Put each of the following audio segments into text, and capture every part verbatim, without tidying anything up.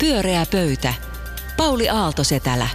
Pyöreä pöytä. Pauli Aalto-Setälä.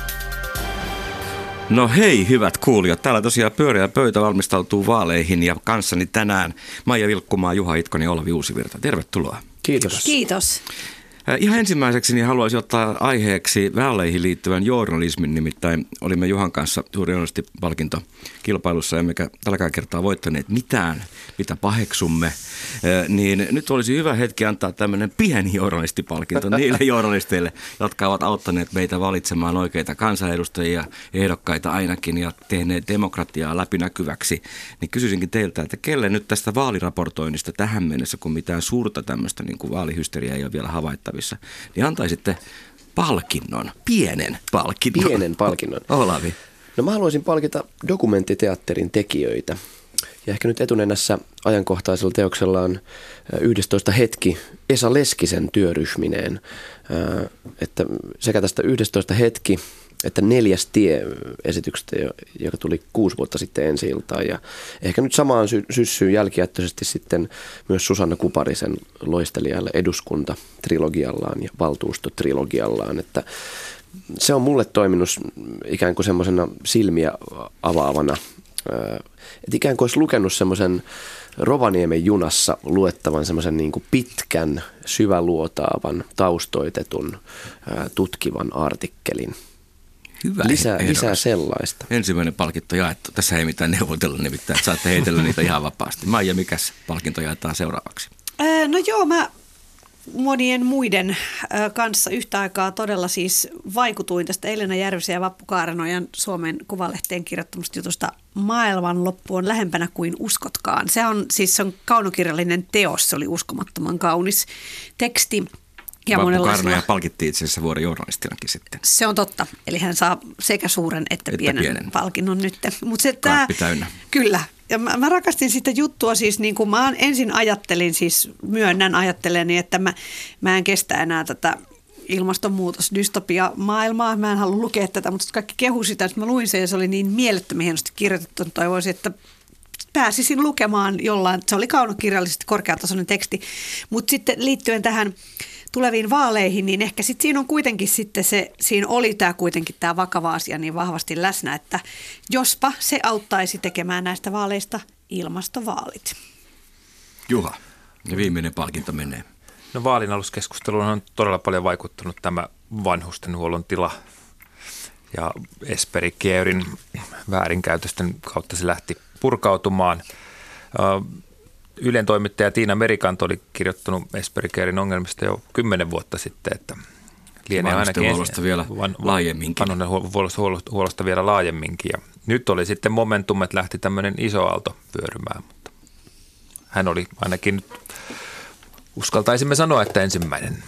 No hei hyvät kuulijat, täällä tosiaan Pyöreä pöytä valmistautuu vaaleihin ja kanssani tänään Maija Vilkkumaa, Juha Itkonen ja Olavi Uusivirta. Tervetuloa. Kiitos. Kiitos. Ihan ensimmäiseksi niin haluaisin ottaa aiheeksi vaaleihin liittyvän journalismin, nimittäin olimme Juhan kanssa suuri journalistipalkintokilpailussa, emmekä tälläkään kertaa voittaneet mitään, mitä paheksumme, niin nyt olisi hyvä hetki antaa tämmöinen pieni journalistipalkinto niille journalisteille, jotka ovat auttaneet meitä valitsemaan oikeita kansanedustajia, ehdokkaita ainakin ja tehneet demokratiaa läpinäkyväksi. Niin kysyisinkin teiltä, että kelle nyt tästä vaaliraportoinnista tähän mennessä, kun mitään suurta tämmöistä niin kuin vaalihysteriaa ei ole vielä havaittavissa, niin antaisitte palkinnon, pienen palkinnon. Pienen palkinnon. Olavi. No mä haluaisin palkita dokumenttiteatterin tekijöitä. Ja ehkä nyt etunenässä ajankohtaisella teoksellaan yhdestoista hetki Esa Leskisen työryhmineen. Että sekä tästä yhdestoista hetki että Neljäs tie -esityksestä, joka tuli kuusi vuotta sitten ensi-iltaan. Ja ehkä nyt samaan sy- syssyyn jälkijättöisesti sitten myös Susanna Kuparisen loistelijalle Eduskunta-trilogiallaan ja Valtuusto-trilogiallaan. Että se on mulle toiminut ikään kuin semmoisena silmiä avaavana. Että ikään kuin olisi lukenut semmoisen Rovaniemen junassa luettavan semmoisen niin kuin pitkän, syväluotaavan, taustoitetun, tutkivan artikkelin. Hyvä. Lisää, lisää sellaista. Ensimmäinen palkinto jaettu. Tässä ei mitään neuvotella nimittäin, että saatte heitellä niitä ihan vapaasti. Maija, mikäs palkinto jaetaan seuraavaksi? No joo, mä monien muiden kanssa yhtä aikaa todella siis vaikutuin tästä Elina Järvisen ja Vappu Kaarenojan Suomen Kuvalehteen kirjoittamasta jutusta Maailmanloppu on lähempänä kuin uskotkaan. Se on siis se on kaunokirjallinen teos, se oli uskomattoman kaunis teksti. Ja Vappu Kaarenoja palkittiin itse asiassa vuoden journalistinakin sitten. Se on totta. Eli hän saa sekä suuren että, että pienen, pienen palkinnon nyt. Mut se, tää, täynnä. Kyllä. Ja mä, mä rakastin sitä juttua siis niin kuin mä ensin ajattelin, siis myönnän ajatteleni, että mä, mä en kestä enää tätä ilmastonmuutos, dystopia maailmaa. Mä en halua lukea tätä, mutta kaikki kehu sitä, että mä luin sen ja se oli niin mielettömän hienosti kirjoitettu. Toivoisin, että pääsisin lukemaan jollain. Se oli kaunokirjallisesti korkeatasoinen teksti. Mutta sitten liittyen tähän tuleviin vaaleihin, niin ehkä sitten siinä on kuitenkin sitten se, siinä oli tämä kuitenkin tämä vakava asia niin vahvasti läsnä, että jospa se auttaisi tekemään näistä vaaleista ilmastovaalit. Juha, ja viimeinen palkinto menee. No vaalinaluskeskusteluun on todella paljon vaikuttanut tämä vanhustenhuollon tila ja Esperi Carein väärinkäytösten kautta se lähti purkautumaan. Ylen toimittaja Tiina Merikanto oli kirjoittanut Esperi Carein ongelmista jo kymmenen vuotta sitten, että lienee ainakin vanhustenhuollosta vielä van, laajemminkin. Vanhustenhuollosta vielä laajemminkin. Ja nyt oli sitten momentum, että lähti tämmöinen iso aalto pyörymään, mutta hän oli ainakin nyt, uskaltaisimme sanoa, että ensimmäinen.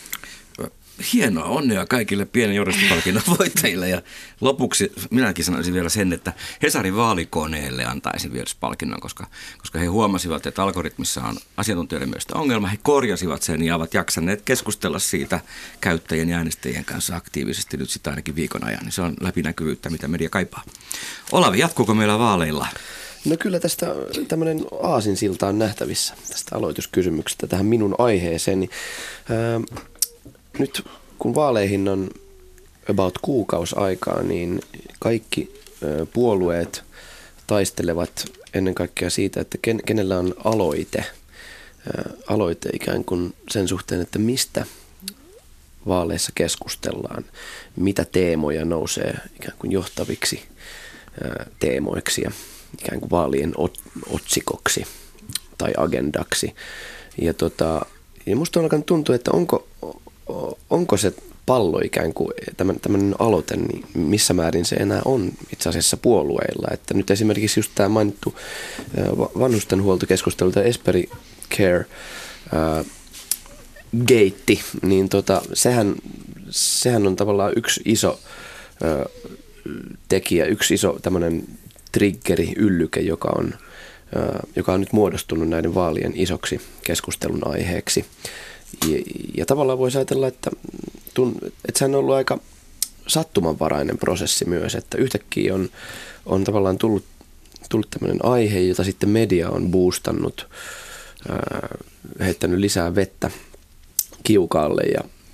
Hienoa, onnea kaikille pienen journalistipalkinnon voittajille. Ja lopuksi minäkin sanoisin vielä sen, että Hesarin vaalikoneelle antaisin vielä palkinnon, koska, koska he huomasivat, että algoritmissa on asiantuntijoiden mielestä ongelma. He korjasivat sen ja ovat jaksaneet keskustella siitä käyttäjien ja äänestäjien kanssa aktiivisesti nyt sitä ainakin viikon ajan. Niin se on läpinäkyvyyttä, mitä media kaipaa. Olavi, jatkuuko meillä vaaleilla? No kyllä tästä tämmöinen aasinsilta on nähtävissä tästä aloituskysymyksestä tähän minun aiheeseeni. Ää, Nyt kun vaaleihin on about kuukausi aikaa, niin kaikki ö, puolueet taistelevat ennen kaikkea siitä, että ken, kenellä on aloite, ö, aloite ikään kuin sen suhteen, että mistä vaaleissa keskustellaan, mitä teemoja nousee ikään kuin johtaviksi ö, teemoiksi ja ikään kuin vaalien ot, otsikoksi tai agendaksi. Ja, tota, ja musta on alkanut tuntua, että onko onko se pallo ikään kuin tämmöinen aloite, niin missä määrin se enää on itse asiassa puolueilla. Että nyt esimerkiksi just tämä mainittu vanhustenhuoltokeskustelu, tämä Esperi Care ää, geitti, niin tota, sehän, sehän on tavallaan yksi iso ää, tekijä, yksi iso tämmöinen triggeri, yllyke, joka on, ää, joka on nyt muodostunut näiden vaalien isoksi keskustelun aiheeksi. Ja, ja tavallaan voisi ajatella, että, että sehän on ollut aika sattumanvarainen prosessi myös, että yhtäkkiä on, on tavallaan tullut, tullut tämmöinen aihe, jota sitten media on boostannut, ää, heittänyt lisää vettä kiukaalle ja,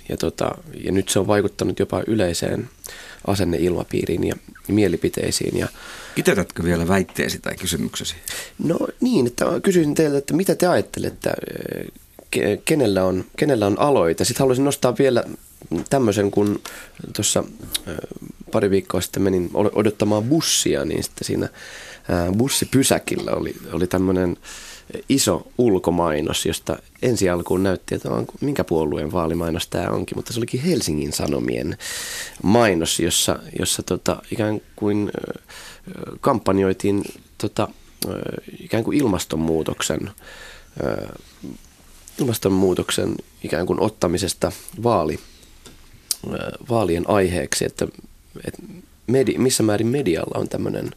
ja, tota, ja nyt se on vaikuttanut jopa yleiseen asenneilmapiiriin ja mielipiteisiin. Ja kiteytätkö vielä väitteesi tai kysymyksesi? No niin, että kysyisin teiltä, että mitä te ajattelette, kenellä on, kenellä on aloite? Sitten haluaisin nostaa vielä tämmöisen, kun tuossa pari viikkoa sitten menin odottamaan bussia, niin sitten siinä bussipysäkillä oli, oli tämmöinen iso ulkomainos, josta ensi alkuun näytti, että on, minkä puolueen vaalimainos tämä onkin, mutta se olikin Helsingin Sanomien mainos, jossa, jossa tota, ikään kuin kampanjoitiin tota, ikään kuin ilmastonmuutoksen, ilmastonmuutoksen ikään kuin ottamisesta vaali, vaalien aiheeksi, että, että medi, missä määrin medialla on tämmöinen.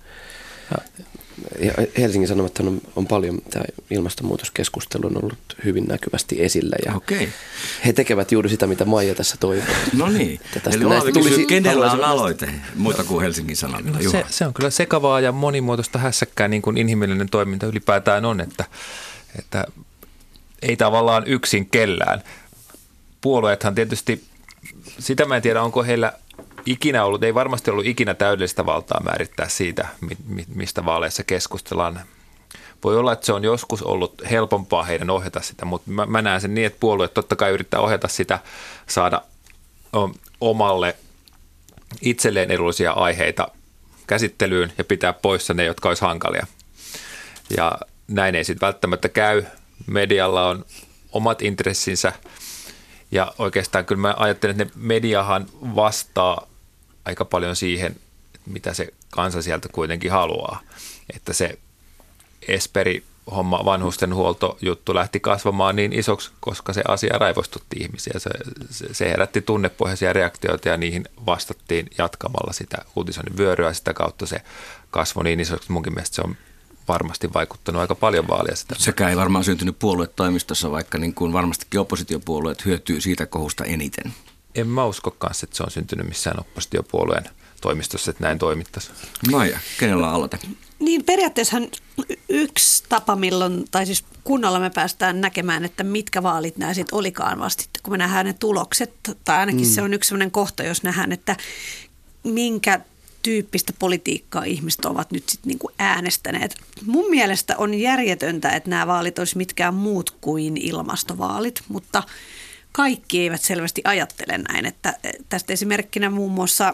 Helsingin Sanomat on, on paljon, tämä ilmastonmuutoskeskustelu on ollut hyvin näkyvästi esillä ja Okei. he tekevät juuri sitä, mitä Maija tässä toivoo. No niin, eli Olavi kysyy, kenellä on aloite muita kuin Helsingin Sanomilla? No se, se on kyllä sekavaa ja monimuotoista hässäkkää, niin kuin inhimillinen toiminta ylipäätään on, että, että ei tavallaan yksin kellään. Puolueethan tietysti, sitä mä en tiedä, onko heillä ikinä ollut, ei varmasti ollut ikinä täydellistä valtaa määrittää siitä, mistä vaaleissa keskustellaan. Voi olla, että se on joskus ollut helpompaa heidän ohjata sitä, mutta mä, mä näen sen niin, että puolueet totta kai yrittää ohjata sitä, saada omalle itselleen edullisia aiheita käsittelyyn ja pitää poissa ne, jotka olisi hankalia. Ja näin ei sitten välttämättä käy. Medialla on omat intressinsä. Ja oikeastaan kyllä mä ajattelen, että ne mediahan vastaa aika paljon siihen, mitä se kansa sieltä kuitenkin haluaa. Että se Esperi-homma, vanhustenhuoltojuttu lähti kasvamaan niin isoksi, koska se asia raivostutti ihmisiä. Se, se, se herätti tunnepohjaisia reaktioita ja niihin vastattiin jatkamalla sitä uutisoinnin vyöryä. Sitä kautta se kasvoi niin isoksi. Munkin mielestä se on varmasti vaikuttanut aika paljon vaalia sitä. Sekä ei varmaan syntynyt puoluetoimistossa, vaikka niin kuin varmastikin oppositiopuolueet hyötyy siitä kohusta eniten. En mä usko kanssa, että se on syntynyt missään oppositiopuolueen toimistossa, että näin toimittaisiin. Maija, kenellä on aloite? Niin periaatteessahan yksi tapa, milloin, tai siis kunnolla me päästään näkemään, että mitkä vaalit nämä sitten olikaan vasta, kun me nähdään ne tulokset, tai ainakin mm. se on yksi sellainen kohta, jos nähdään, että minkä tyyppistä politiikkaa ihmiset ovat nyt sitten niinku äänestäneet. Mun mielestä on järjetöntä, että nämä vaalit olisi mitkään muut kuin ilmastovaalit, mutta kaikki eivät selvästi ajattele näin. Että tästä esimerkkinä muun muassa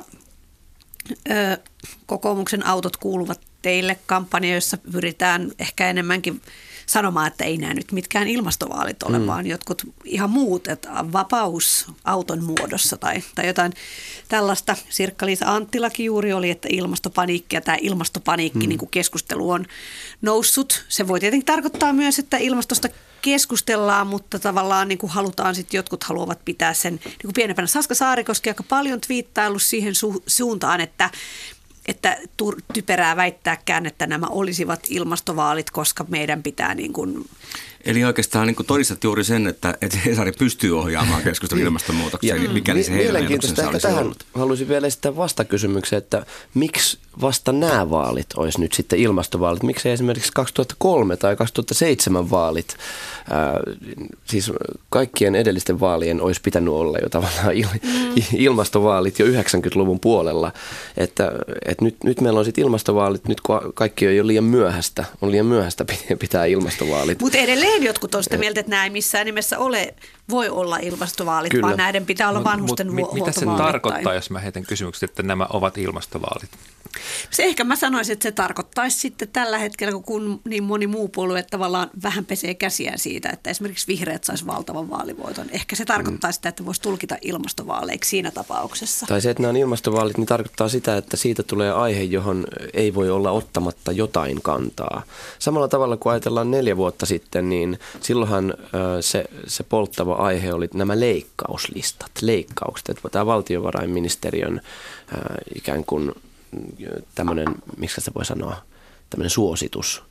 ö, kokoomuksen autot kuuluvat teille -kampanja, jossa pyritään ehkä enemmänkin sanomaan, että ei nämä nyt mitkään ilmastovaalit ole, mm. vaan jotkut ihan muut, että vapaus auton muodossa tai, tai jotain tällaista. Sirkka-Liisa Anttilakin juuri oli, että ilmastopaniikki ja tämä ilmastopaniikki mm. niin kuin keskustelu on noussut. Se voi tietenkin tarkoittaa myös, että ilmastosta keskustellaan, mutta tavallaan niin kuin halutaan sitten, jotkut haluavat pitää sen niin kuin pienempänä. Saska Saarikoski aika paljon twiittaillut siihen su- suuntaan, että että typerää väittääkään, että nämä olisivat ilmastovaalit, koska meidän pitää niin kuin. Eli oikeastaan niin todistat juuri sen, että, että Hesari pystyy ohjaamaan keskustelun ilmastonmuutokseen, ja, mikäli se heidän ajatuksensa olisi tähän ollut. Haluaisin vielä esittää vastakysymyksen, että miksi vasta nämä vaalit olisi nyt sitten ilmastovaalit? Miksi esimerkiksi kaksituhattakolme tai kaksituhattaseitsemän vaalit, ää, siis kaikkien edellisten vaalien olisi pitänyt olla jo tavallaan il- mm. ilmastovaalit jo yhdeksänkymmentäluvun puolella. Että, että nyt, nyt meillä on sitten ilmastovaalit, nyt kun kaikki on jo liian myöhäistä, on liian myöhäistä pitää ilmastovaalit. Mutta edelleen jotkut on sitä mieltä, että nämä ei missään nimessä ole, voi olla ilmastovaalit, Kyllä. vaan näiden pitää olla vanhusten mut, mut, huoltovaalit. Mitä se tarkoittaa, jos mä heitän kysymykset, että nämä ovat ilmastovaalit? Se ehkä mä sanoisin, että se tarkoittaisi sitten tällä hetkellä, kun niin moni muu puolue tavallaan vähän pesee käsiään siitä, että esimerkiksi vihreät saisi valtavan vaalivoiton. Ehkä se tarkoittaa mm. sitä, että voisi tulkita ilmastovaaleiksi siinä tapauksessa. Tai se, että nämä on ilmastovaalit, niin tarkoittaa sitä, että siitä tulee aihe, johon ei voi olla ottamatta jotain kantaa. Samalla tavalla kuin ajatellaan neljä vuotta sitten, niin silloinhan se, se polttava aihe oli nämä leikkauslistat, leikkaukset. Että tämä valtiovarainministeriön ikään kuin tämmöinen, miksi se voi sanoa, tämmöinen suositus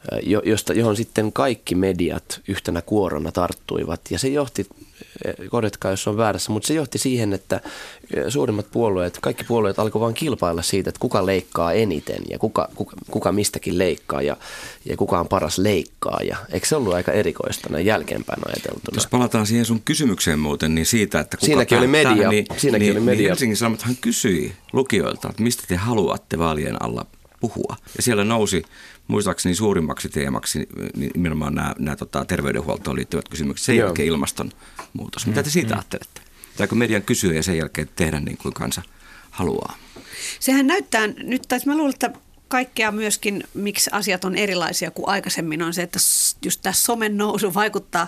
josta, johon sitten kaikki mediat yhtenä kuorona tarttuivat. Ja se johti, korjatkaa jos on väärässä, mutta se johti siihen, että suurimmat puolueet, kaikki puolueet alkoivat vain kilpailla siitä, että kuka leikkaa eniten ja kuka, kuka, kuka mistäkin leikkaa ja, ja kuka on paras leikkaaja. Eikö se ollut aika erikoista näin jälkeenpäin ajateltuna? Jos palataan siihen sun kysymykseen muuten, niin siitä, että kuka Siinäkin oli media. Tähän, niin, Siinäkin niin, oli media. Niin Helsingin Sanomathan kysyi lukijoilta, että mistä te haluatte vaalien alla puhua. Ja siellä nousi muistaakseni suurimmaksi teemaksi nimenomaan nämä, nämä tota, terveydenhuoltoon liittyvät kysymykset, sen jälkeen ilmastonmuutos. Mitä te siitä ajattelette? Pitääkö median kysyä ja sen jälkeen tehdä niin kuin kansa haluaa? Sehän näyttää nyt, tai mä luulen, että kaikkea myöskin, miksi asiat on erilaisia kuin aikaisemmin, on se, että just tämä somen nousu vaikuttaa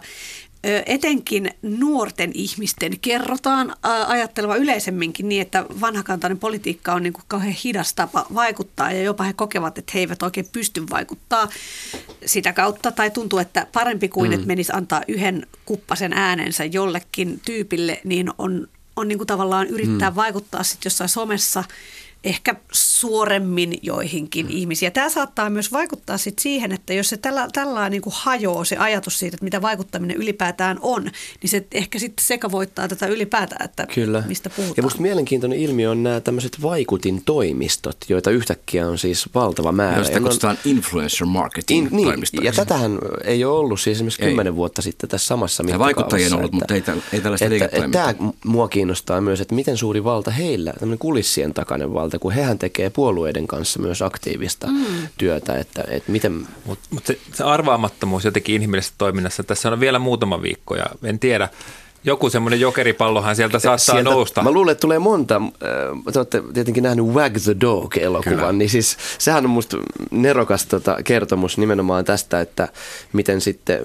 etenkin nuorten ihmisten kerrotaan ajatteleva yleisemminkin niin, että vanhakantainen politiikka on niin kuin kauhean hidas tapa vaikuttaa ja jopa he kokevat, että he eivät oikein pysty vaikuttaa sitä kautta tai tuntuu, että parempi kuin mm. että menisi antaa yhden kuppasen äänensä jollekin tyypille, niin on, on niin kuin tavallaan yrittää mm. vaikuttaa sitten jossain somessa ehkä suoremmin joihinkin mm. ihmisiä. Tämä saattaa myös vaikuttaa sit siihen, että jos se tällä, tällä niin kuin hajoaa se ajatus siitä, että mitä vaikuttaminen ylipäätään on, niin se ehkä sitten sekavoittaa tätä ylipäätään, että Kyllä. mistä puhutaan. Ja musta mielenkiintoinen ilmiö on nämä tämmöiset vaikutintoimistot, joita yhtäkkiä on siis valtava määrä. Joista kutsutaan influencer marketing in, niin, ja tätähän ei ole ollut siis esimerkiksi kymmenen vuotta sitten tässä samassa mittakaavassa. Vaikuttajien ollut, mutta ei, ei tällaista liiketoimintaa. Tämä mua kiinnostaa myös, että miten suuri valta heillä, tämmöinen kulissien takainen valta, kun hehän tekee puolueiden kanssa myös aktiivista mm. työtä, että, että miten... Mutta mut se, se arvaamattomuus jotenkin inhimillisessä toiminnassa, tässä on vielä muutama viikko ja en tiedä, joku semmoinen jokeripallohan sieltä saattaa sieltä, nousta. Mä luulen, että tulee monta, te olette tietenkin nähnyt Wag the Dog-elokuvan, Kyllä. niin siis sehän on musta nerokas tota, kertomus nimenomaan tästä, että miten sitten...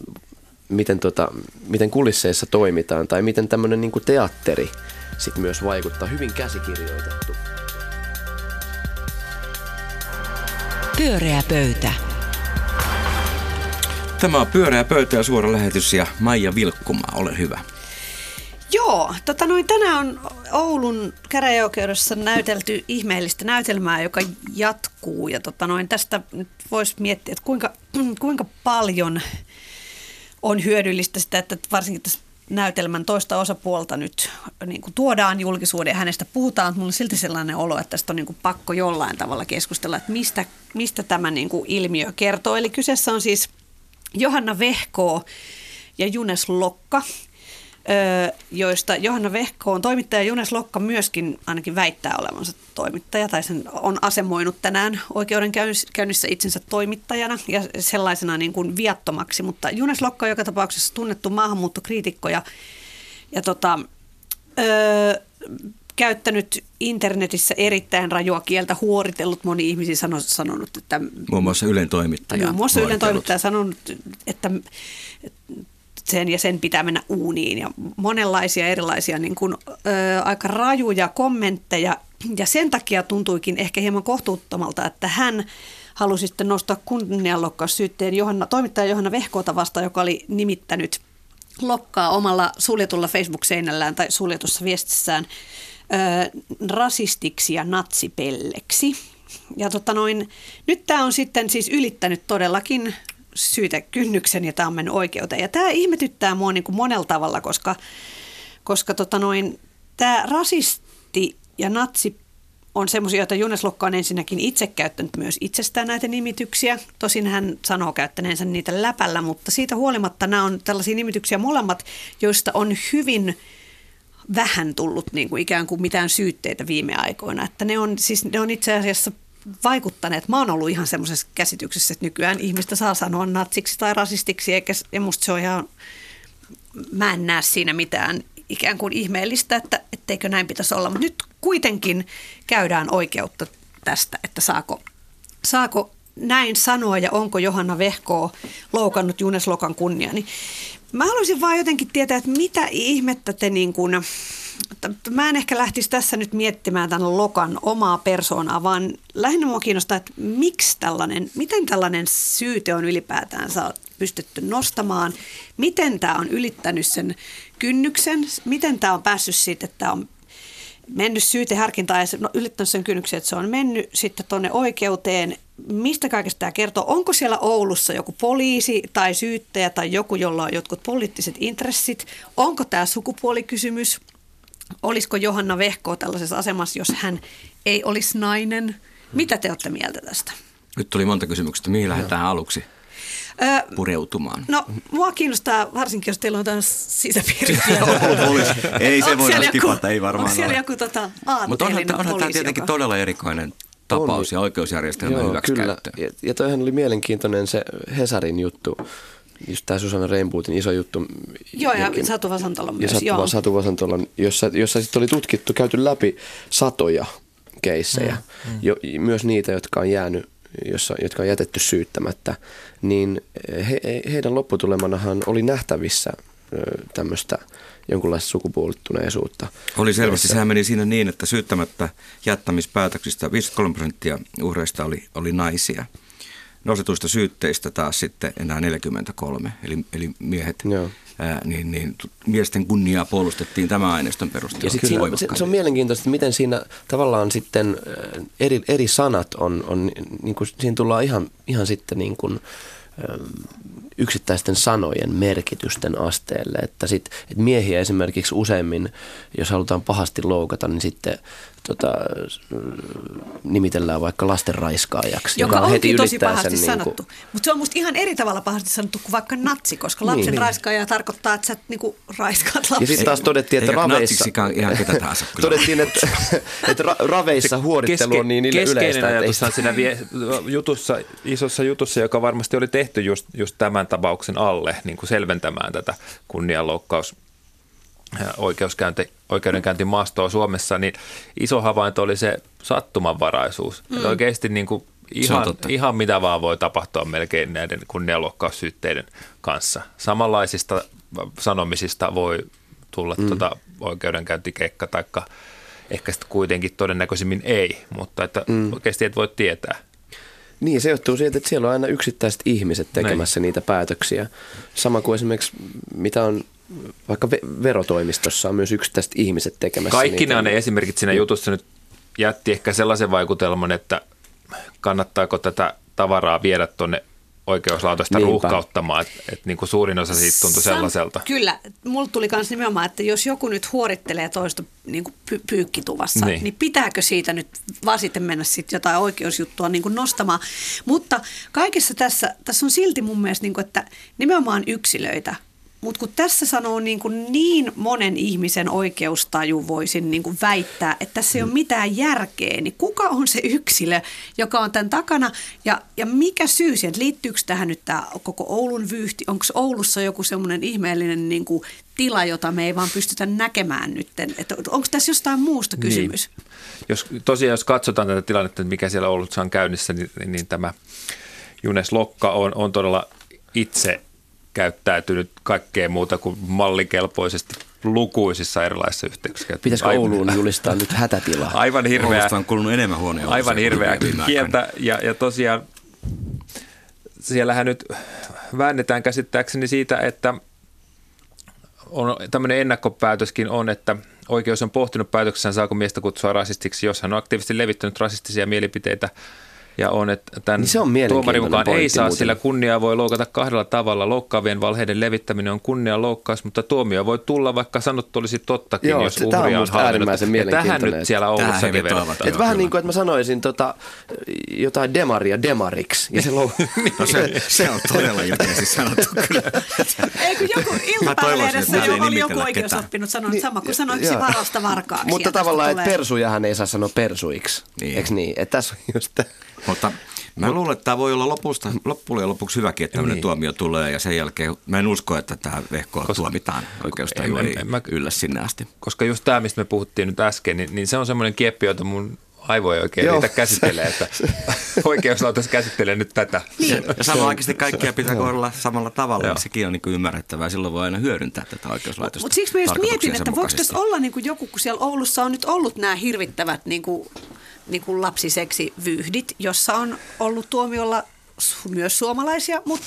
Miten, tota, miten kulisseissa toimitaan tai miten tämmöinen niin kuin teatteri sit myös vaikuttaa, hyvin käsikirjoitettu. Pyöreä pöytä. Tämä on Pyöreä pöytä ja suora lähetys ja Maija Vilkkumaa, ole hyvä. Joo, tota noin, tänään on Oulun käräjäoikeudessa näytelty ihmeellistä näytelmää, joka jatkuu ja tota noin, tästä nyt voisi miettiä, että kuinka, kuinka paljon on hyödyllistä sitä, että varsinkin tässä näytelmän toista osapuolta nyt niin kuin tuodaan julkisuuden ja hänestä puhutaan, mutta mulla on silti sellainen olo, että tästä on niin kuin pakko jollain tavalla keskustella, että mistä, mistä tämä niin kuin ilmiö kertoo. Eli kyseessä on siis Johanna Vehkoo ja Junes Lokka, joista Johanna Vehkoo on toimittaja ja Junes Lokka myöskin ainakin väittää olevansa toimittaja tai sen on asemoinut tänään oikeudenkäynnissä itsensä toimittajana ja sellaisena niin kuin viattomaksi, mutta Junes Lokka on joka tapauksessa tunnettu maahanmuuttokriitikko ja, ja tota, öö, käyttänyt internetissä erittäin rajua kieltä, huoritellut, moni ihmisiä sano, sanonut, että... Muun muassa Ylen toimittaja. Muun muassa Ylen toimittaja sanonut, että... sen ja sen pitää mennä uuniin ja monenlaisia erilaisia niin kuin, ö, aika rajuja kommentteja ja sen takia tuntuikin ehkä hieman kohtuuttomalta, että hän halusi sitten nostaa kunnianloukkaussyytteen Johanna, toimittaja Johanna Vehkoota vastaan, joka oli nimittänyt Lokkaa omalla suljetulla Facebook-seinällään tai suljetussa viestissään ö, rasistiksi ja natsipelleksi. Ja tota noin, nyt tämä on sitten siis ylittänyt todellakin syytekynnyksen ja tämä on mennyt oikeuteen. Ja tämä ihmetyttää mua niin kuin monella tavalla, koska, koska tota noin, tämä rasisti ja natsi on semmoisia, joita Junes Lokka on ensinnäkin itse käyttänyt myös itsestään näitä nimityksiä. Tosin hän sanoo käyttäneensä niitä läpällä, mutta siitä huolimatta nämä on tällaisia nimityksiä molemmat, joista on hyvin vähän tullut niin kuin ikään kuin mitään syytteitä viime aikoina. Että ne on, siis, ne on itse asiassa vaikuttaneet. Mä oon ollut ihan semmoisessa käsityksessä, että nykyään ihmistä saa sanoa natsiksi tai rasistiksi, eikä, ja musta se on ihan, mä en näe siinä mitään ikään kuin ihmeellistä, että etteikö näin pitäisi olla. Mutta nyt kuitenkin käydään oikeutta tästä, että saako, saako näin sanoa ja onko Johanna Vehkoo loukannut Junes Lokan kunnia. Niin mä haluaisin vaan jotenkin tietää, että mitä ihmettä te niin kuin... Mä en ehkä lähtisi tässä nyt miettimään tämän Lokan omaa persoonaa, vaan lähinnä mua kiinnostaa, että miksi tällainen, miten tällainen syyte on ylipäätään pystytty nostamaan, miten tämä on ylittänyt sen kynnyksen, miten tämä on päässyt siitä, että tämä on mennyt syyteharkintaan ja no, ylittänyt sen kynnyksen, että se on mennyt sitten tuonne oikeuteen. Mistä kaikesta tämä kertoo? Onko siellä Oulussa joku poliisi tai syyttäjä tai joku, jolla on jotkut poliittiset intressit? Onko tämä sukupuolikysymys? Olisiko Johanna Vehko tällaisessa asemassa, jos hän ei olisi nainen? Mitä te olette mieltä tästä? Nyt tuli monta kysymystä. Mihin lähdetään aluksi pureutumaan? No, mua kiinnostaa varsinkin, jos teillä on tämän sisäpiiriä. Ei se voi tipata, ei varmaan onko siellä joku tota, Mutta onhan, onhan poliisi, tämä tietenkin joka... todella erikoinen tapaus on, ja oikeusjärjestelmän hyväksikäyttö. Ja, ja toihan oli mielenkiintoinen se Hesarin juttu, just tämä Susanna Reinbootin iso juttu. Joo, ja jonkin, Satu Vasantalon myös. Ja Satu, joo. Satu Vasantalon, jossa, jossa sitten oli tutkittu, käyty läpi satoja keissejä, mm, mm. Jo, myös niitä, jotka on jäänyt, jossa, jotka on jätetty syyttämättä, niin he, heidän lopputulemanahan oli nähtävissä tämmöistä jonkunlaista sukupuolittuneisuutta. Oli selvästi. Sehän meni siinä niin, että syyttämättä jättämispäätöksistä viisikymmentäkolme prosenttia uhreista oli, oli naisia. Nostetuista syytteistä taas sitten enää neljäkymmentäkolme, eli, eli miehet, ää, niin, niin miesten kunniaa puolustettiin tämän aineiston perusteella. Ja sit siinä, se, se on mielenkiintoista, miten siinä tavallaan sitten eri, eri sanat on, on niin kuin, siinä tullaan ihan, ihan sitten niin kuin, yksittäisten sanojen merkitysten asteelle, että, sit, että miehiä esimerkiksi useimmin, jos halutaan pahasti loukata, niin sitten tota, nimitellään vaikka lasten raiskaajaksi, joka, joka on heti tosi pahasti sen, sanottu. Niin mutta se on musta ihan eri tavalla pahasti sanottu kuin vaikka natsi, koska lapsen niin, raiskaaja tarkoittaa, että sä niin kuin raiskaat lapsen. Ja sitten taas todettiin, että eikä raveissa... ihan ketä tahansa. Todettiin, että, että ra- raveissa huorittelu on niin yleistä. Keskeinen ajatushan siinä vie, jutussa, isossa jutussa, joka varmasti oli tehty just, just tämän tapauksen alle, niin kuin selventämään tätä kunnianloukkaus oikeuskäynti, oikeudenkäyntimaastoa Suomessa, niin iso havainto oli se sattumanvaraisuus. Mm. Oikeasti niin kuin ihan, ihan mitä vaan voi tapahtua melkein näiden kunnianloukkaussyytteiden kanssa. Samanlaisista sanomisista voi tulla mm. tuota oikeudenkäyntikeikka, taikka ehkä sitten kuitenkin todennäköisimmin ei, mutta että mm. oikeasti et voi tietää. Niin, se johtuu siitä, että siellä on aina yksittäiset ihmiset tekemässä Näin. niitä päätöksiä. Sama kuin esimerkiksi, mitä on vaikka verotoimistossa on myös yksittäiset ihmiset tekemässä. Kaikki niitä. ne esimerkiksi siinä jutussa nyt jätti ehkä sellaisen vaikutelman, että kannattaako tätä tavaraa viedä tuonne oikeuslaitosta Niinpä. ruuhkauttamaan, että et niin kuin suurin osa siitä tuntui sellaiselta. Kyllä, mulla tuli myös nimenomaan, että jos joku nyt huorittelee toista niin kuin py- pyykkituvassa, niin. niin pitääkö siitä nyt vaan sitten mennä sitten jotain oikeusjuttua niin kuin nostamaan. Mutta kaikessa tässä, tässä on silti mun mielestä, niin kuin, että nimenomaan yksilöitä. Mutta kun tässä sanoo niin, kuin niin monen ihmisen oikeustaju voisin niin kuin väittää, että tässä ei ole mitään järkeä, niin kuka on se yksilö, joka on tämän takana ja, ja mikä syy siihen, liittyykö tähän nyt tämä koko Oulun vyyhti, onko Oulussa joku semmoinen ihmeellinen niin kuin tila, jota me ei vaan pystytä näkemään nyt, että onko tässä jostain muusta kysymys? Niin. Jos, tosiaan jos katsotaan tätä tilannetta, mikä siellä Oulussa on käynnissä, niin, niin tämä Junes Lokka on, on todella itse käyttäytynyt kaikkea muuta kuin mallikelpoisesti lukuisissa erilaisissa yhteyksissä. Pitäisikö Ouluun julistaa nyt hätätilaa? Aivan hirveä. Oulusta on kulunut enemmän huoneen. Aivan hirveä kieltä ja, ja tosiaan siellähän nyt väännetään käsittääkseni siitä, että on tämmöinen ennakkopäätöskin on, että oikeus on pohtinut päätöksessään, saako miestä kutsua rasistiksi, jos hän on aktiivisesti levittänyt rasistisia mielipiteitä. Ja on, että tämän niin tuomarin mukaan ei saa, muuten. Sillä kunniaa voi loukata kahdella tavalla. Loukkaavien valheiden levittäminen on kunnian loukkaus, mutta tuomio voi tulla, vaikka sanottu olisi tottakin, Joo, jos uhria on hallinnut. Ja tähän nyt siellä Oulussakin vedotaan. Että vähän niin kuin, että mä sanoisin tota, jotain demaria demariksi. Ja se, lou- no se, se on todella ilmeisesti sanottu kyllä. Eikö joku iltapäivälehdessä oli joku oikeusoppinut sanonut sama kuin sanoiksi varasta varkaaksi. Mutta tavallaan, että persujahan ei saa sanoa persuiksi. Eikö niin? Että tässä on just Mutta mä Mut, luulen, että tämä voi olla lopusta, loppujen lopuksi hyväkin, että tämmöinen niin. tuomio tulee ja sen jälkeen mä en usko, että tämä Vehkoa tuomitaan oikeustaju ei yllä sinne asti. Koska just tämä, mistä me puhuttiin nyt äsken, niin, niin se on semmoinen kieppi, jota mun aivo ei oikein Joo. riitä käsittelee, että oikeuslaitos käsittelee nyt tätä. Niin. Ja samalla kaikkia pitää kohdella samalla tavalla, niin sekin on niin kuin ymmärrettävää. Silloin voi aina hyödyntää tätä oikeuslaitosta. Mutta siksi mä just mietin, että voiko tässä olla niin kuin joku, kun siellä Oulussa on nyt ollut nämä hirvittävät niin kuin niin kuin lapsiseksivyyhdit, jossa on ollut tuomiolla myös suomalaisia, mutta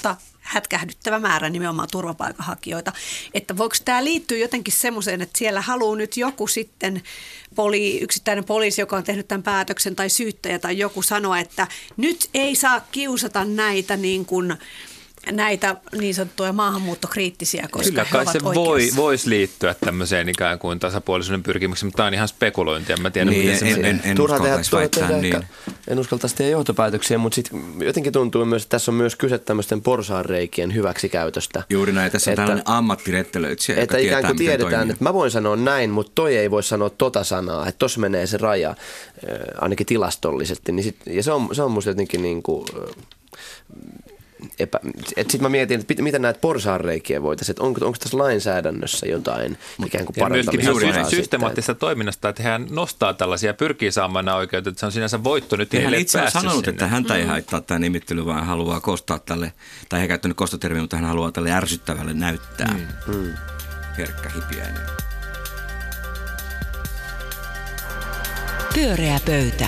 hätkähdyttävä määrä nimenomaan turvapaikanhakijoita. Että voiko tämä liittyä jotenkin semmoiseen, että siellä haluaa nyt joku sitten poli, yksittäinen poliisi, joka on tehnyt tämän päätöksen tai syyttäjä tai joku sanoa, että nyt ei saa kiusata näitä niin kuin näitä niin sanottuja maahanmuuttokriittisiä, koska Kyllä he kai ovat se voi, oikeassa. voisi liittyä tämmöiseen ikään kuin tasapuolisuuden pyrkimykseen, mutta tämä on ihan spekulointia. Mä tiedän, Niin, miten en, se en, en Turha tehdä, uskaltaisi turha väittää tehdä niin. ehkä, en uskaltaisi tehdä johtopäätöksiä, mutta sitten jotenkin tuntuu myös, että tässä on myös kyse tämmöisten porsaanreikien hyväksikäytöstä. Juuri näin, tässä on Että- tällainen ammattirettelöitsijä, Että joka ikään tietää, kuin miten tiedetään, toimii. että mä voin sanoa näin, mutta toi ei voi sanoa tota sanaa, että tossa menee se raja, äh, ainakin tilastollisesti. Niin sit, ja se on, se on musta jotenkin niin kuin, äh, epä, että sit mä mietin, että pit- miten näitä porsaanreikiä voitaisiin, että onko, onko tässä lainsäädännössä jotain ikään kuin ja myöskin parantamista. juuri juuri näin systemaattisesta toiminnasta, että hän nostaa tällaisia ja pyrkii saamaan nämä oikeudet, että se on sinänsä voitto nyt Ja heille hän itse on päässyt sanonut, sinne. että häntä ei haittaa tämä nimittely, vaan haluaa kostaa tälle, tai hän käyttänyt kostotermiä, mutta hän haluaa tälle ärsyttävälle näyttää. Mm. Herkkä hipiäinen. Pyöreä pöytä.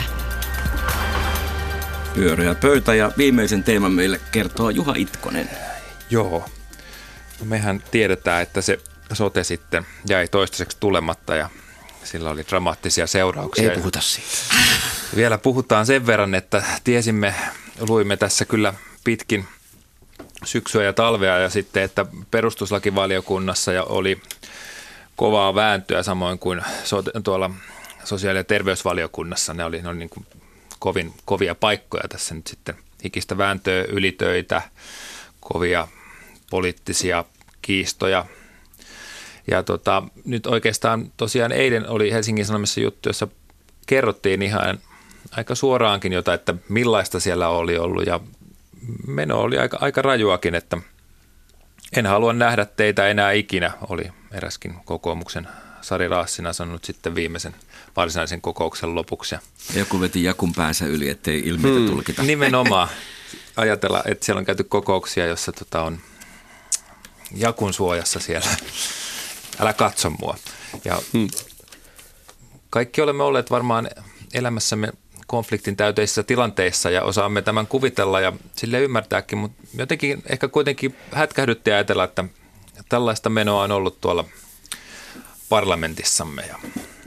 Pyöreä pöytä ja viimeisen teeman meille kertoo Juha Itkonen. Joo. No mehän tiedetään, että se sote sitten jäi toistaiseksi tulematta ja sillä oli dramaattisia seurauksia. Ei puhuta siitä. Vielä puhutaan sen verran, että tiesimme, luimme tässä kyllä pitkin syksyä ja talvea ja sitten, että perustuslakivaliokunnassa ja oli kovaa vääntöä samoin kuin so- tuolla sosiaali- ja terveysvaliokunnassa. Ne oli, ne oli niin kuin kovin, kovia paikkoja tässä nyt sitten. Hikistä vääntöä, ylitöitä, kovia poliittisia kiistoja. Ja tota, nyt oikeastaan tosiaan eilen oli Helsingin Sanomissa juttu, jossa kerrottiin ihan aika suoraankin jotain, että millaista siellä oli ollut ja meno oli aika, aika rajuakin, että en halua nähdä teitä enää ikinä, oli eräskin kokoomuksen Sari Raassina sanonut sitten viimeisen varsinaisen kokouksen lopuksi. Joku veti jakun päänsä yli, ettei ilmiötä hmm. tulkita. Nimenomaan ajatella, että siellä on käyty kokouksia, jossa tota on jakun suojassa siellä. Älä katso mua. Ja hmm. kaikki olemme olleet varmaan elämässämme konfliktin täyteisissä tilanteissa ja osaamme tämän kuvitella ja sille ymmärtääkin, mutta jotenkin ehkä kuitenkin hätkähdytti ajatella, että tällaista menoa on ollut tuolla parlamentissamme. Ja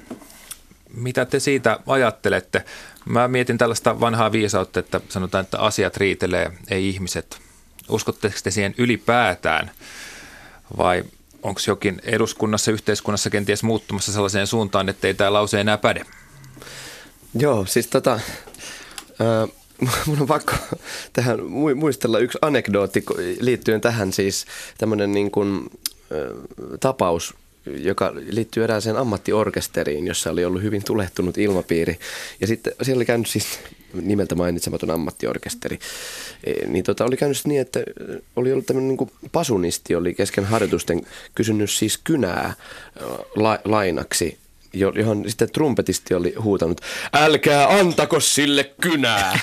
mitä te siitä ajattelette? Mä mietin tällaista vanhaa viisautta, että sanotaan, että asiat riitelee, ei ihmiset. Uskotteko te siihen ylipäätään vai onko jokin eduskunnassa, yhteiskunnassa kenties muuttumassa sellaiseen suuntaan, että ei tämä lause enää päde? Joo, siis tota, äh, mun on pakko tähän muistella yksi anekdootti liittyen tähän siis tämmöinen niin kuin äh, tapaus, joka liittyy erääseen ammattiorkesteriin, jossa oli ollut hyvin tulehtunut ilmapiiri. Ja sitten siellä oli käynyt siis nimeltä mainitsematon ammattiorkesteri. E, niin tota, oli käynyt niin, että oli ollut tämmöinen niin kuin pasunisti, oli kesken harjoitusten kysynyt siis kynää la, lainaksi, johon sitten trumpetisti oli huutanut, älkää antako sille kynää.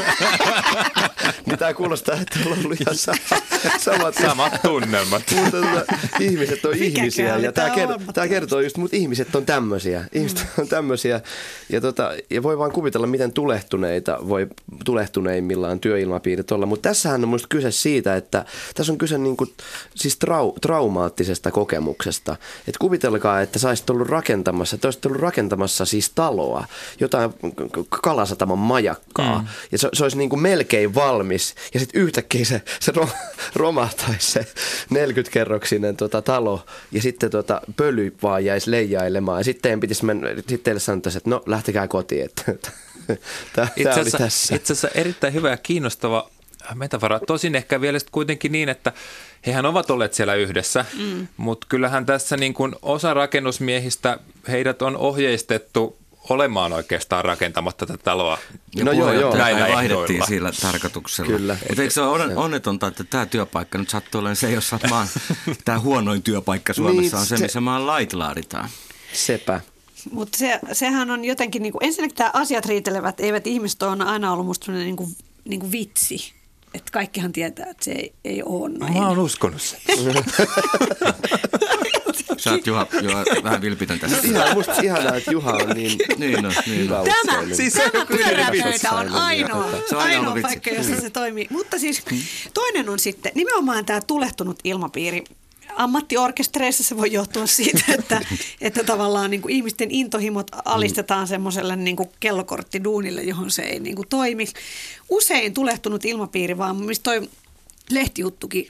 Niin tämä kuulostaa, että on ollut ihan sama, samat, samat tunnelmat. Mutta ihmiset on Mikäkään ihmisiä oli ja tämä, tää ker- tämä kertoo just, mutta ihmiset on tämmöisiä. Ihmiset on tämmöisiä ja, tota, ja voi vaan kuvitella, miten tulehtuneita voi tulehtuneimmillaan työilmapiirit olla. Mutta tässähän on musta kyse siitä, että tässä on kyse niinku, siis trau- traumaattisesta kokemuksesta. Että kuvitelkaa, että sä olisit ollut rakentamassa, että olisit ollut rakentamassa siis taloa, jotain Kalasatamon majakkaa mm. ja se, se olisi niinku melkein valmis ja sitten yhtäkkiä se, se ro, romahtaisi se neljäkymmenkerroksinen tota, talo ja sitten tota, pöly vaan jäisi leijailemaan ja sitten pitäisi mennä, sitten teille sanottaisiin, että no lähtekää kotiin, että tämä oli tässä. Itse asiassa erittäin hyvä ja kiinnostava metafora. Tosin ehkä vielä kuitenkin niin, että hehän ovat olleet siellä yhdessä, mm. mutta kyllähän tässä niin kuin osa rakennusmiehistä, heidät on ohjeistettu olemaan oikeastaan rakentamatta tätä taloa. No joo, joo. Näillä vaihdettiin ehdoilla. sillä tarkoituksella. Kyllä. Mutta eikö se ole onnetonta, että tämä työpaikka nyt sattuu olemaan se, jossa maan, tämä huonoin työpaikka Suomessa niin, on se, missä maan lait laaditaan. Sepä. Mutta se, sehän on jotenkin, niin kuin, ensinnäkin tämä asiat riitelevät, eivät ihmiset on aina ollut musta sellainen niin kuin, niin kuin vitsi. Että kaikkihan tietää, että se ei, ei ole näin. Mä oon uskonut sen. Sä oot Juha, Juha vähän vilpitön tässä. Ihan, musta ihanaa, että Juha on niin, niin, no, niin. hyvä Tämä, uskoinen. siis tämä pyöräpöytä on ainoa, Se on ainoa ainoa vitsi. paikka, jossa se toimii. Mutta siis toinen on sitten nimenomaan tämä tulehtunut ilmapiiri. Ammattiorkestereissa se voi johtua siitä, että, että tavallaan niin kuin ihmisten intohimot alistetaan semmoiselle niin kuin kellokorttiduunille, johon se ei niin kuin toimi. Usein tulehtunut ilmapiiri, vaan mistä toi lehtijuttukin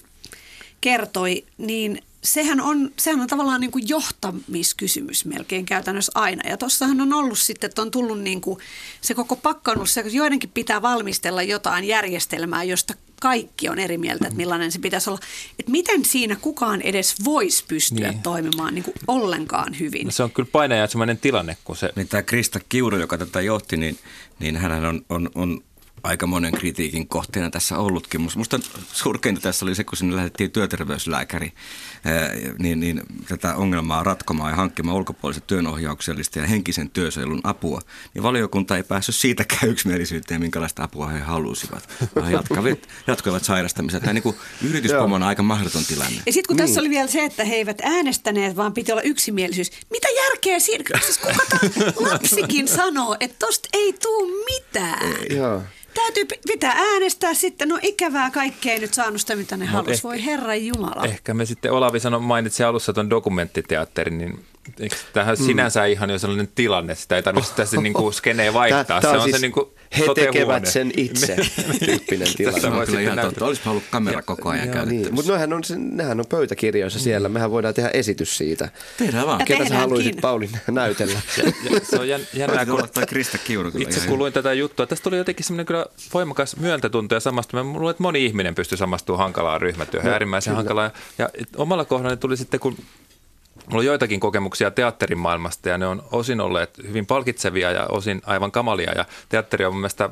kertoi, niin sehän on, sehän on tavallaan niin kuin johtamiskysymys melkein käytännössä aina. Ja tuossahan on ollut sitten, että on tullut niin kuin se koko pakkannus, että joidenkin pitää valmistella jotain järjestelmää, josta kaikki on eri mieltä, että millainen se pitäisi olla. Että miten siinä kukaan edes voisi pystyä niin. toimimaan niin kuin ollenkaan hyvin. No se on kyllä painajaisemainen tilanne, kun se... Niin tämä Krista Kiuru, joka tätä johti, niin, niin hän on, on, on aika monen kritiikin kohteena tässä ollutkin. Musta surkeinta tässä oli se, kun sinne lähdettiin työterveyslääkäri ää, niin, niin tätä ongelmaa ratkomaan ja hankkimaan ulkopuolista työnohjauksellista ja henkisen työsuojelun apua. Niin valiokunta ei päässyt siitäkään yksimielisyyteen, minkälaista apua he halusivat. He jatkavat, jatkoivat sairastamista. Tämä niin kuin yrityspomon aika mahdoton tilanne. Ja sitten kun niin. tässä oli vielä se, että he eivät äänestäneet, vaan piti olla yksimielisyys. Mitä järkeä siinä? Siis kuka lapsikin sanoo, että tosta ei tule mitään. Joo. Täytyy pitää äänestää sitten, no ikävää kaikkea ei nyt saanut sitä, mitä ne halusi. Voi Herran Jumala. Ehkä me sitten, Olavi sanoi, mainitsi alussa tuon dokumenttiteatterin, niin tämähän mm. sinänsä ihan jo sellainen tilanne, sitä ei tarvitse tässä niin kuin skeneen vaihtaa. Tämä se on siis se niin kuin he tekevät sote-huone. sen itse tyyppinen tilanne. Se on kyllä ihan totta. Olisipa ollut kamera koko ajan käytettävissä. Niin. Mutta nehän on, nehän on pöytäkirjoissa siellä. Mehän voidaan tehdä esitys siitä. Tehdään vaan. Ja Ketä sä tehdäänkin. haluaisit, Pauliina, näytellä? Ja, ja, se on jän, jännää, kun Toi Krista Kiuru kyllä itse ihan kun luin tätä juttua. Tästä tuli jotenkin semmoinen kyllä voimakas myöntätunto ja samastuminen. Mä luulen, että moni ihminen pystyy samastumaan hankalaan ryhmätyöhön, no, äärimmäisen kyllä. hankalaan. Ja omalla kohdallani tuli sitten, kun mulla on joitakin kokemuksia teatterin maailmasta ja ne on osin olleet hyvin palkitsevia ja osin aivan kamalia. Ja teatteri on mun mielestä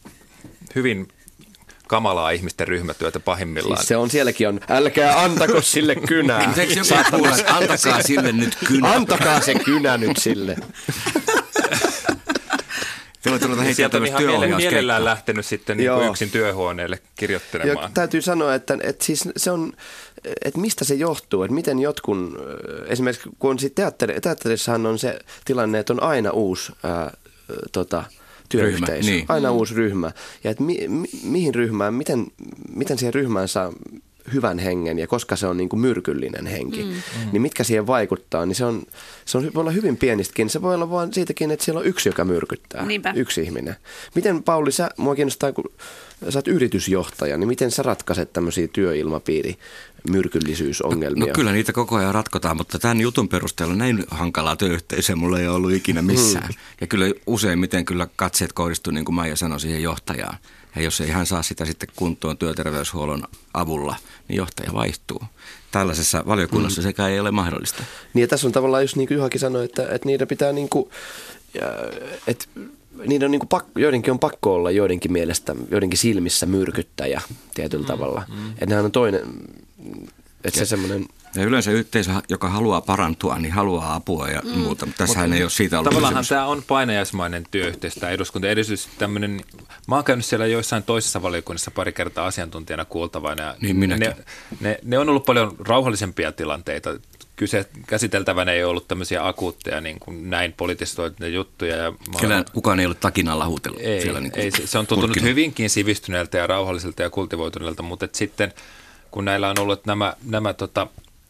hyvin kamalaa ihmisten ryhmätyötä pahimmillaan. Siis se on, sielläkin on, älkää antako sille kynää. Eikö joku kuule, että antakaa sille nyt kynä. Antakaa se kynä nyt sille. Te voitte ruveta heittää Sieltä on tämmöistä ihan mielellään työohjauskeikkaa. lähtenyt sitten niin kuin yksin työhuoneelle kirjoittelemaan. Ja täytyy sanoa, että, että, siis se on, että mistä se johtuu, että miten jotkun, esimerkiksi kun on teatteri, teatterissahan on se tilanne, että on aina uusi ää, tota, työyhteisö, ryhmä, niin. aina mm. uusi ryhmä. Ja että mi, mi, mihin ryhmään, miten, miten siihen ryhmään saa hyvän hengen ja koska se on niin kuin myrkyllinen henki, mm. niin mitkä siihen vaikuttaa, niin se, on, se on, voi olla hyvin pienistäkin. Se voi olla vain siitäkin, että siellä on yksi, joka myrkyttää, Niinpä. yksi ihminen. Miten Pauli, sä, mua kiinnostaa, kun sä oot yritysjohtaja, niin miten sä ratkaiset tämmöisiä työilmapiiri myrkyllisyysongelmia? No kyllä niitä koko ajan ratkotaan, mutta tämän jutun perusteella näin hankalaa työyhteisöä mulla ei ollut ikinä missään. Mm. Ja kyllä useimmiten kyllä katseet kohdistuu, niin kuin Maija sanoi, siihen johtajaan. Ja jos ei hän saa sitä sitten kuntoon työterveyshuollon avulla, niin johtaja vaihtuu. Tällaisessa valiokunnassa mm. sekä ei ole mahdollista. Niin ja tässä on tavallaan, just niin kuin Juhakin sanoi, että, että niitä pitää niin kuin, että niiden on niin kuin pakko, joidenkin on pakko olla joidenkin mielestä, joidenkin silmissä myrkyttäjä tietyllä mm. tavalla. Mm. Että nehän on toinen, että se semmoinen... Ja yleensä yhteisö, joka haluaa parantua, niin haluaa apua ja mm. muuta, mutta tässähän ei ole siitä ollut tavallaan kysymys. Tämä on painajaismainen työyhteisö, tämä eduskunta. Erityisesti tämmöinen, mä oon käynyt siellä joissain toisessa valiokunnassa pari kertaa asiantuntijana kuultavana. Ja niin minäkin. Ne, ne, ne on ollut paljon rauhallisempia tilanteita. Kyse, käsiteltävänä ei ollut tämmöisiä akuutteja, niin kuin näin politisoituja juttuja. Ja Kyllä olen... kukaan ei ole takinalla huutellut. Ei, siellä niin ei se, se on tuntunut purkina. Hyvinkin sivistyneeltä ja rauhalliselta ja kultivoituneelta, mutta sitten kun näillä on ollut nämä, nämä tota,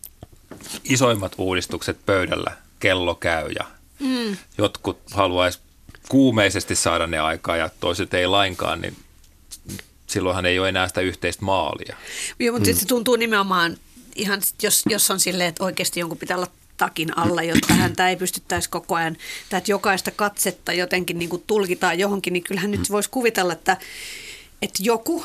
isoimmat uudistukset pöydällä, kello käy ja mm. jotkut haluaisi kuumeisesti saada ne aikaa ja toiset ei lainkaan, niin silloinhan ei ole enää sitä yhteistä maalia. Joo, mutta mm. se tuntuu nimenomaan ihan, jos, jos on silleen, että oikeasti jonkun pitää olla takin alla, jotta häntä ei pystyttäisi koko ajan, tai että jokaista katsetta jotenkin niin kuin tulkitaan johonkin, niin kyllähän nyt voisi kuvitella, että että joku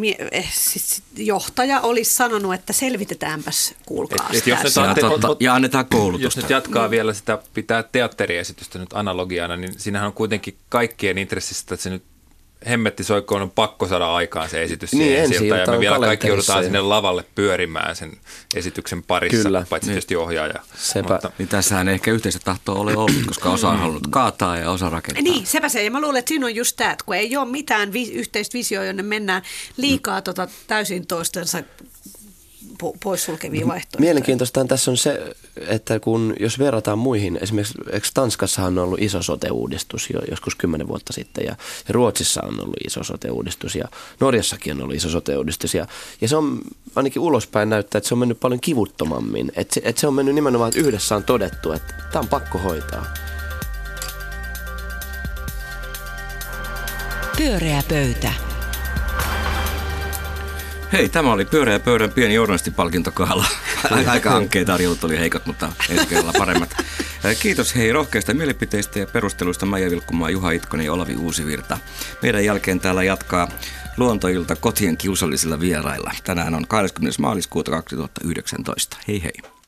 siis johtaja olisi sanonut, että selvitetäänpäs, kuulkaa et, et jos tässä. Nyt totta, ja annetaan koulutusta. Jos nyt jatkaa mm. vielä sitä, pitää teatteriesitystä nyt analogiana, niin siinähän on kuitenkin kaikkien intressissä, että se nyt hemmetti soikkoon on pakko saada aikaan se esitys niin, siihen siltaan, ja me vielä kaikki joudutaan ja... sinne lavalle pyörimään sen esityksen parissa, Kyllä. paitsi niin. tietysti ohjaaja. Mutta... Niin tässähän ei ehkä yhteistä tahtoa ole ollut, koska osa on halunnut kaataa ja osa rakentaa. Niin, sepä se. Ja mä luulen, että siinä on just tämä, että kun ei ole mitään vi- yhteistä visioa, jonne mennään liikaa tota täysin toistensa po- poissulkevia vaihtoehtoja. Mielenkiintoista tässä on se, että kun jos verrataan muihin, esimerkiksi Tanskassahan on ollut iso sote-uudistus jo joskus kymmenen vuotta sitten ja, ja Ruotsissa on ollut iso sote-uudistus ja Norjassakin on ollut iso sote-uudistus ja, ja se on ainakin ulospäin näyttää, että se on mennyt paljon kivuttomammin, että se, että se on mennyt nimenomaan, että yhdessä on todettu, että tämä on pakko hoitaa. Pyöreä pöytä. Hei, tämä oli Pyöreä pöydän pieni journalistipalkintokahla. Aika hankkeet tarjout oli heikot, mutta ensi kerralla paremmat. Kiitos hei rohkeista mielipiteistä ja perusteluista Maija Vilkkumaa, Juha Itkonen ja Olavi Uusivirta. Meidän jälkeen täällä jatkaa Luontoilta kotien kiusallisilla vierailla. Tänään on kahdeskymmenes maaliskuuta kaksituhattayhdeksäntoista. Hei hei.